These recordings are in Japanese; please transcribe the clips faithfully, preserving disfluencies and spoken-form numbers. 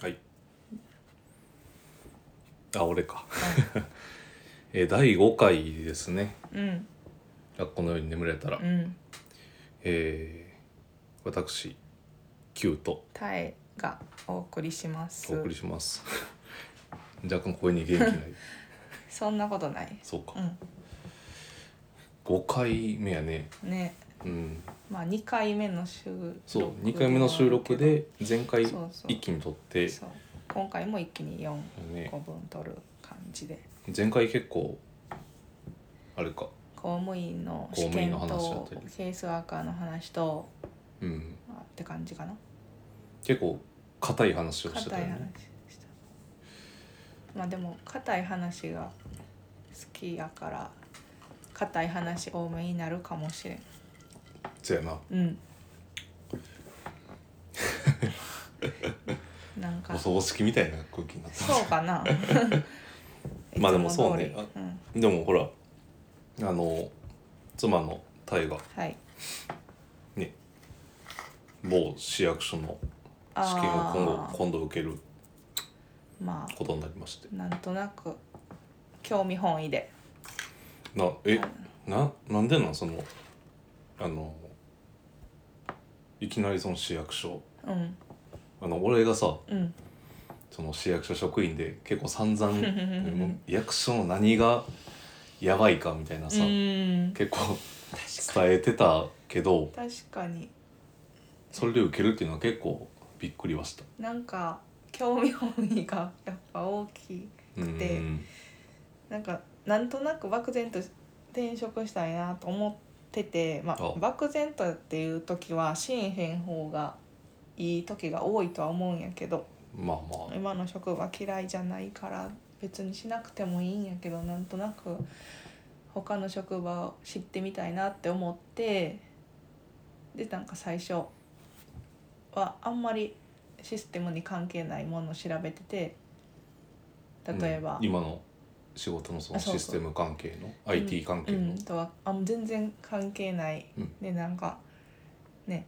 はい。あ、俺か。えー、だいごかいですね。 うん。 学校のように眠れたら。 うん。 えー、私、キューとタエがお送りします。 お送りします。若干声に元気ない。 そんなことない。 そうか。 うごかいめやね。 ん。ね。 うん。 まあにかいめの収録。 そう、にかいめの収録で前回そうそう一気に撮ってそう。今回も一気によんねこぶん撮る感じで。 前回結構あれか。 公務員の試公務員の験と話だったりケースワーカーの話と、 うん。 あって感じかな。 結構硬い話をしてた硬い話よね。 した。まあでも硬い話が好きやから硬い話多めになるかもしれん。 そうやな。 うん。なんかお葬式みたいな空気になってます。 そうかな。 まあでもそうねいつも通りうん、 でもほらあの妻のタイがはいね某市役所の試験を今後あー今度受けるまことになりましてあなんとなく興味本位でなえうんななんでなんそのあのいきなりその市役所うんあの俺がさうんその市役所職員で結構散々役所の何がやばいかみたいなさ、 うん結構伝えてたけど確かにそれで受けるっていうのは結構びっくりはした。 なんか興味本位がやっぱ大きくて、 うんなんかなんとなく漠然と転職したいなと思ってて、まああ漠然とっていう時はしんへん方がいい時が多いとは思うんやけど、 まあまあ今の職場嫌いじゃないから別にしなくてもいいんやけど、なんとなく他の職場を知ってみたいなって思って、でなんか最初はあんまりシステムに関係ないものを調べてて、例えば、 うん今の仕事のそのあそうそうシステム関係の アイティー 関係の、 うん、とはあ全然関係ない、 うんでなんかね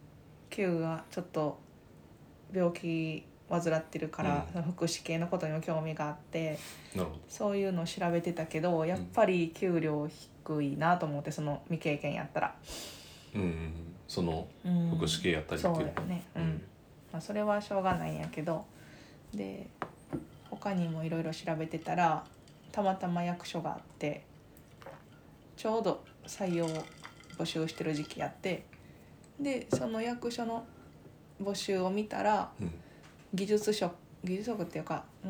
Q がちょっと病気患ってるから、 うんその福祉系のことにも興味があってなるほそういうのを調べてたけど、やっぱり給料低いなと思って、その未経験やったら、 ど、うんうんうん、そのうん福祉系やったりっていうのそうやね、うんまあ、それはしょうがないんやけど、で他にもいろいろ調べてたらたまたま役所があって、ちょうど採用募集してる時期やって、でその役所の募集を見たらうん技術職技術職っていうか、うん、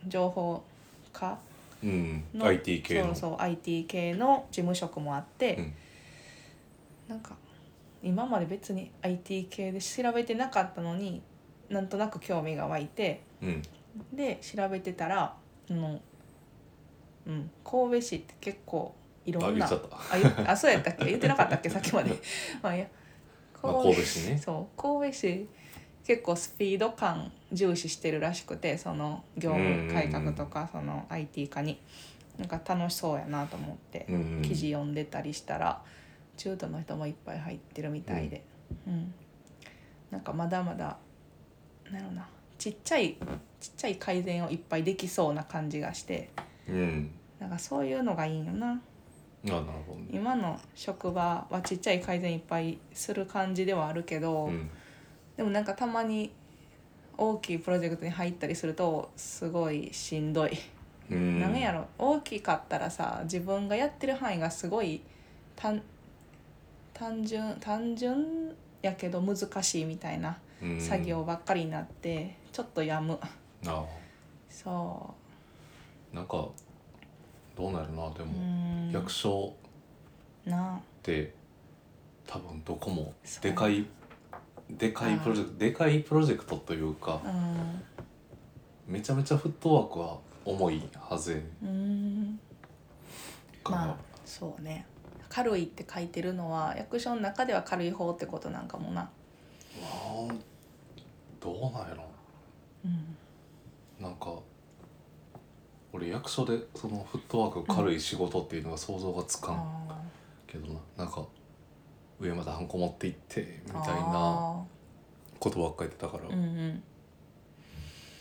情報科うんのアイティー 系のそうそう アイティー 系の事務職もあって、 うんなんか今まで別に アイティー 系で調べてなかったのになんとなく興味が湧いて、 うんで調べてたら、うんうん、神戸市って結構いろんなあ言っちゃったあ言あそうやったっけ言ってなかったっけさっきまでまあいやまあ神戸市ねそう神戸市結構スピード感重視してるらしくて、その業務改革とかその アイティー 化になんか楽しそうやなと思ってうんうん記事読んでたりしたら中途の人もいっぱい入ってるみたいで、うんなんかまだまだなんやろなちっちゃいちっちゃい改善をいっぱいできそうな感じがして、 うんなんかそういうのがいいんよな。 あなるほどね今の職場はちっちゃい改善いっぱいする感じではあるけど、 うんでもなんかたまに大きいプロジェクトに入ったりするとすごいしんどい、 うん、 なんやろ大きかったらさ自分がやってる範囲がすごい単単純単純やけど難しいみたいなうん作業ばっかりになってちょっとやむ。 あそなんかどうなるなでううもん役所なって多分どこもそうでかいでかいプロジェクトでかいプロジェクトというかあうんめちゃめちゃフットワークは重いはずやねうんから、 まあそうね、軽いって書いてるのは役所の中では軽い方ってことなんかもな。 まあどうなんやろうんなんか俺役所でそのフットワーク軽い仕事っていうのが想像がつかんあけどな、なんか上までハンコ持って行ってみーたいなあことばっかり言ってたから、 ーうんうん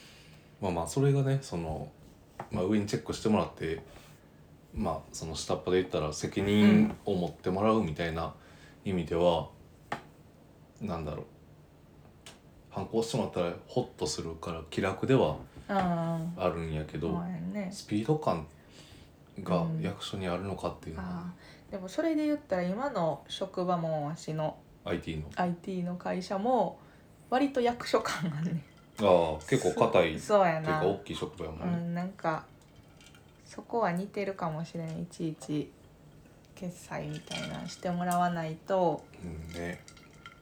まあまあそれがねその、まあ、上にチェックしてもらってまあその下っ端で言ったら責任を持ってもらうみたいな意味では、うん、なんだろう反抗してもらったらホッとするから気楽ではあるんやけど、 ね、 スピード感が役所にあるのかっていうのは、ね、 うん、あでもそれで言ったら今の職場もわしのアイティー のアイティー の会社も割と役所感がねああ結構硬いそうやなというか大きい職場やもんね、 うん、なんかそこは似てるかもしれん。いちいち決済みたいなしてもらわないと、 うんね、 うん、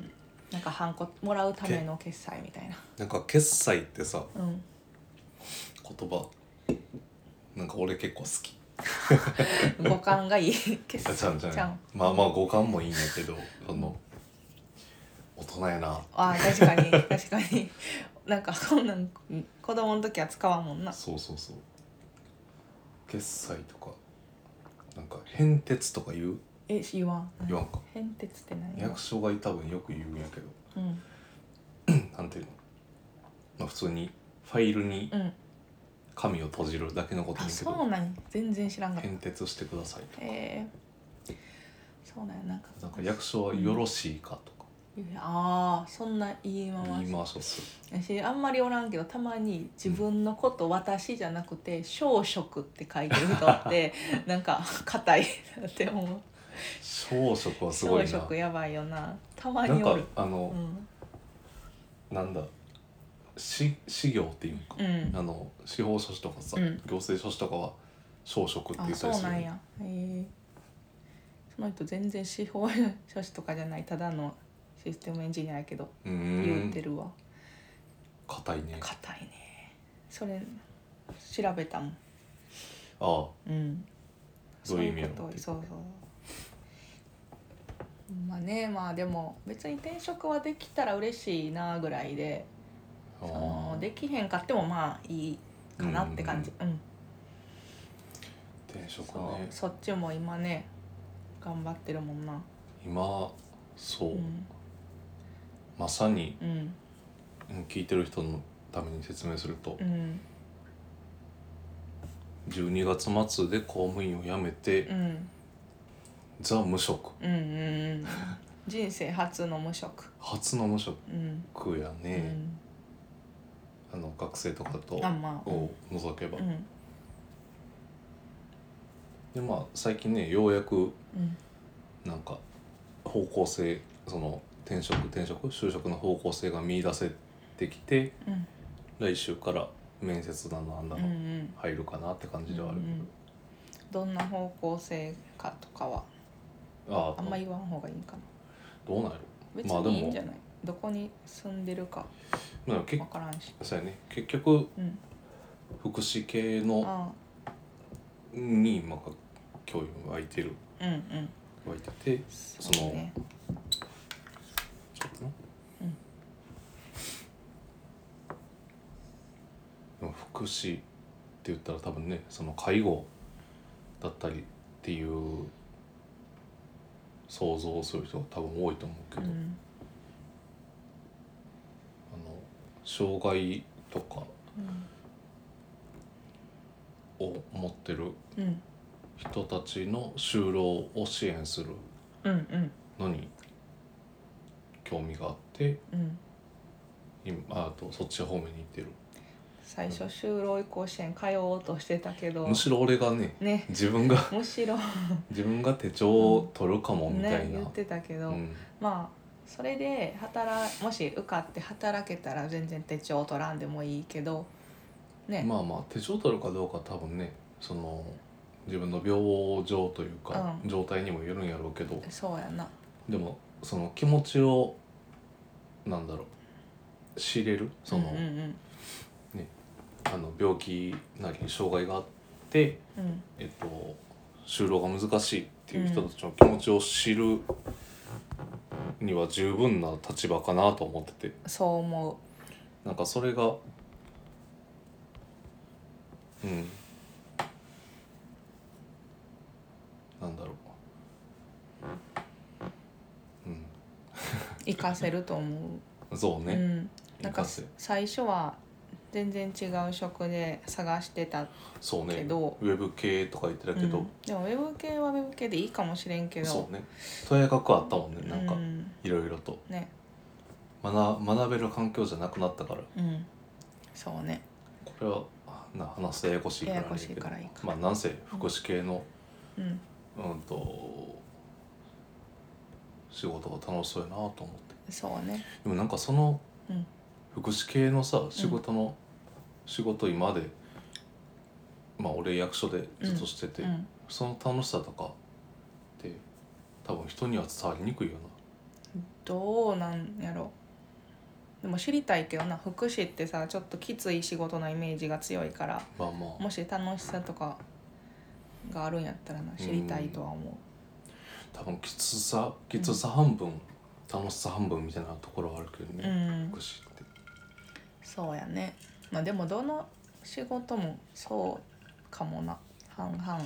なんかハンコもらうための決済みたいな。 なんか決済ってさ、 うん、 言葉なんか俺結構好き五感がいい決済ちゃんちゃんちゃんまあまあ五感もいいんやけどその大人やなあ確かに確かになんかそんなん子供の時は使わんもんな。 そうそうそう決済とかなんか変哲とか言うえ言わん言わんか変哲って何役所が多分よく言うんやけどうんなんていうの、まあ、普通にファイルにうん紙を閉じるだけのことあ言うけど、 そうなんや全然知らんかった。 変哲してくださいとか、 えー、そうなんやなんかなんか役所はよろしいかとか、 ああそんな言い回し言い回しをする私あんまりおらんけどたまに自分のこと私じゃなくて小食って書いてる人ってなんか硬いって思う。 小食はすごいな。 小食やばいよなたまなんかにおる。 あの、 うん、 なんだし私業っていうか、 うん、 あの司法書士とかさ、 うん行政書士とかは小食って言あったりするそうなんや。へえその人全然司法書士とかじゃないただのシステムエンジニアやけどうーん言うてるわ。 硬いね。 硬いねそれ調べたもん。 ああうんどういう意味やろそういうことそうそうまあねまあでも別に転職はできたら嬉しいなぐらいでそのできへんかってもまあいいかなって感じ。うん、うん、 転職そうねそっちも今ね頑張ってるもんな。 今そう、 うん、 まさに、 うん、 聞いてる人のために説明すると、 うん、 じゅうにがつ末で公務員を辞めて、 うん、 ザ無職、 うん、うん、人生初の無職。 初の無職うん、 やね、うん、あの学生とかとあまあを除けば、 うん、 でまあ最近ねようやくうん、 なんか方向性その転職転職就職の方向性が見出せてきて、 うん、 来週から面接だなんだうん、 の、 うん、 入るかなって感じではあるけど、うん、どんな方向性かとかはど、あああんま言わん方がいいかな。 どうなんやろ別まあでもにいいんじゃない、どこに住んでるかまあけ分からんし。 そうやね結局うん福祉系のあにまあ興味が湧いてるあうんうん湧いててそのそうねちょっとなうんでも福祉って言ったら多分ねその介護だったりっていう想像をする人が多分多いと思うけど、 うんあの障害とかを持ってるうん人たちの就労を支援するうんうんのに興味があってうん今あとそっち方面に行ってる。 最初就労移行支援通おうとしてたけどむしろ俺がねね自分がむしろ自分が手帳を取るかもみたいな、 ね言ってたけど、 うんまあそれで働もし受かって働けたら全然手帳取らんでもいいけどね、 まあまあ手帳取るかどうか多分ねその自分の病状というか、 うん状態にもよるんやろうけどそうやなでもその気持ちをなんだろう知れるその、 うんうんあの病気なり障害があって、 うんえっと、就労が難しいっていう人たちの気持ちを知るには十分な立場かなと思っててそう思なんかそれがうんなんだろううん活かせると思う。 そうね、 うん、なんか活かせ最初は全然違う職で探してたそうねけど、 ウェブ系とか言ってたけど、 うん、でもウェブ系はウェブ系でいいかもしれんけど、 そうねとやかくあったもんね、なんかうんいろいろとね、 学学べる環境じゃなくなったから、 うんそうね、 これはな話すとややこしいからあれやけどややこしいからいいかまあなんせ福祉系の、 うんうん、と仕事が楽しそうやなと思ってそうね、 でもなんかそのうん福祉系のさ仕事の、仕事今までまあ俺役所でずっとしてて、 うん、 その楽しさとかって多分人には伝わりにくいよどうなんやろ。でも知りたいけどな、福祉ってさちょっときつい仕事のイメージが強いから、 な。まあまあもし楽しさとかがあるんやったらな知りたいとは思多分きつさきつさ半分、楽しさ半分みたいなところはあるけどう、うね、 ん福祉って。 そうやね。まあでもどの仕事もそうかもな、半々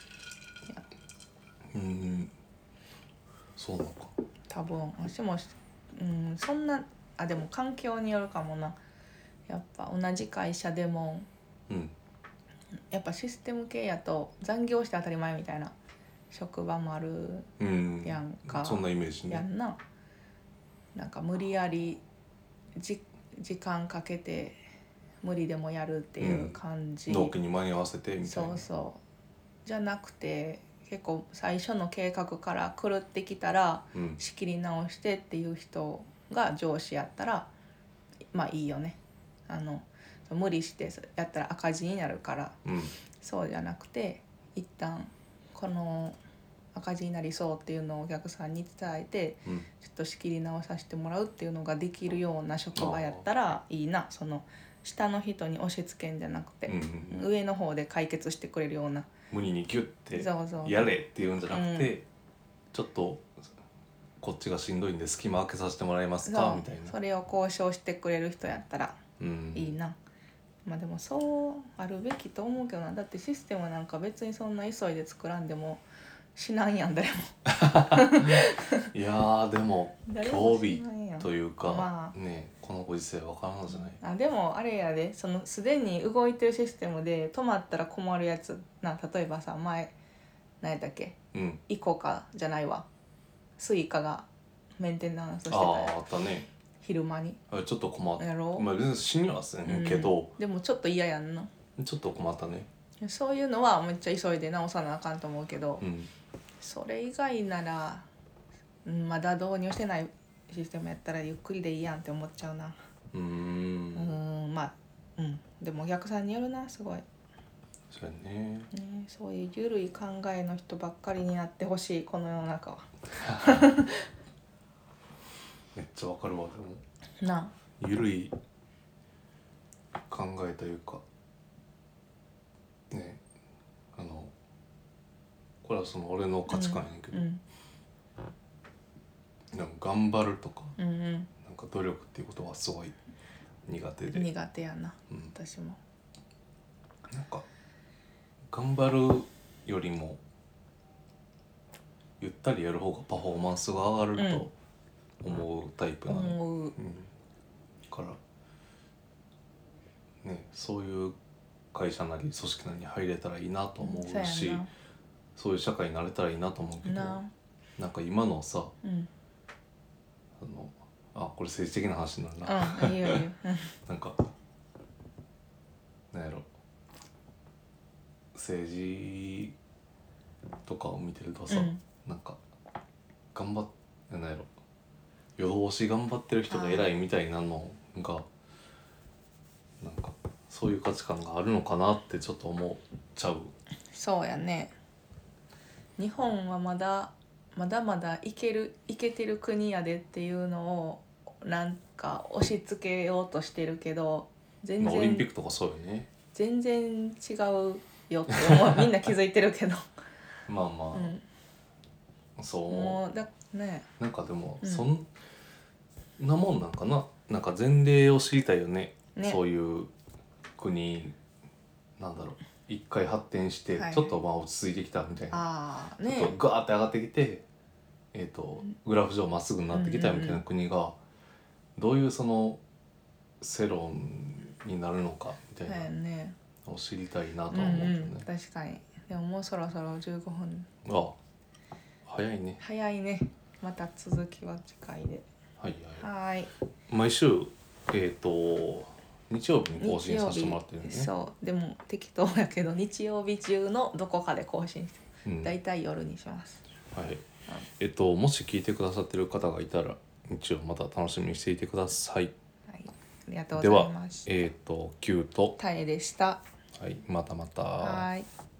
うんそうなのか。 多分。私もうんそんな、あでも環境によるかもな。やっぱ同じ会社でもうんやっぱシステム系やと残業して当たり前みたいな職場もあるうんやんか、 そんなイメージね。 やんな。なんか無理やりじ時間かけて無理でもやるっていう感じ、 納期に間に合わせてみたいな。 そうそうじゃなくて、結構最初の計画から狂ってきたらうん仕切り直してっていう人が上司やったらまあいいよね。あの無理してやったら赤字になるから、 うんそうじゃなくて一旦この赤字になりそうっていうのをお客さんに伝えてうんちょっと仕切り直させてもらうっていうのができるような職場やったらいいな。その下の人に押し付けんじゃなくて、 うんうん上の方で解決してくれるような、 無理にギュッてそうそうやれっていうんじゃなくて、 うんちょっとこっちがしんどいんで隙間開けさせてもらえますそうかみたいな。 それを交渉してくれる人やったらうんいいな。まあでもそうあるべきと思うけどな。だってシステムなんか別にそんな急いで作らんでもしなんやん誰もいやーでも誰も興味しないやんというか、 まあねこのご時世わからんのじゃない。 あでもあれやで、そのすでに動いてるシステムで止まったら困るやつな。例えばさ前何やったっけ、 うんイコカじゃないわスイカがメンテナンスしてたああやんあったね。 昼間にあれちょっと困っやろう、 まあ別に死にはせんけど、 うんでもちょっと嫌やんな。 ちょっと困ったね。 そういうのはめっちゃ急いで直さなあかんと思うけど、 うんそれ以外なら、うん、まだ導入してないシステムやったらゆっくりでいいやんって思っちゃうな。 うーうんんまあうんでもお客さんによるなすごい、ね、 そうやね。 そういう緩い考えの人ばっかりになってほしいこの世の中はめっちゃわかるわ。でもなゆるい考えというかね、あのこれはその俺の価値観やねんけど、 うんでも頑張るとかうんうんなんか努力っていうことはすごい苦手で、 苦手やなうん、 私も。 なんか頑張るよりもゆったりやる方がパフォーマンスが上がると思うタイプなの、 思う。 うん、からねそういう会社なり組織なりに入れたらいいなと思うし、 そうやなそういう社会になれたらいいなと思うけど、 ななんか今のさうんあのあこれ政治的な話になるな、 うんいいよいいようんなんかなんやろ政治とかを見てるとさ、 うんなんか頑張っなんやろ夜通し頑張ってる人が偉いみたいなのがなんかそういう価値観があるのかなってちょっと思っちゃう。 そうやね。日本はまだまだまだいけるいけてる国やでっていうのをなんか押し付けようとしてるけど全まあ、オリンピッ然クとかそうよね。 全然違うよって思うみんな気づいてるけどまあまうんあ、そうもうだねなんかでも、 うんそんなもんなんかな。なんか前例を知りたいよね。 ねそういう国なんだろう一回発展して、 はいちょっとまあ落ち着いてきたみたいな、ちょああねっとガーって上がってきて、えー、とグラフ上まっすぐになってきたみたいな国が、どういうその世論になるのかみたいそうやなね。 のを知りたいなとはうんう思うけどね、 ん、確かに。でももうそろそろじゅうごふん。 あ早いね。 早いね。また続きは次回で。 はいはいはーい。 毎週えっ、と日曜日に更新させてもらってるんでね。 そうでも適当やけど日曜日中のどこかで更新してうんだいたい夜にします。 はいえっ、ともし聞いてくださってる方がいたら日曜また楽しみにしていてください。 はい、ありがとうではございます。 えっ、とキューとタエでした。 はいまたまた。 はい。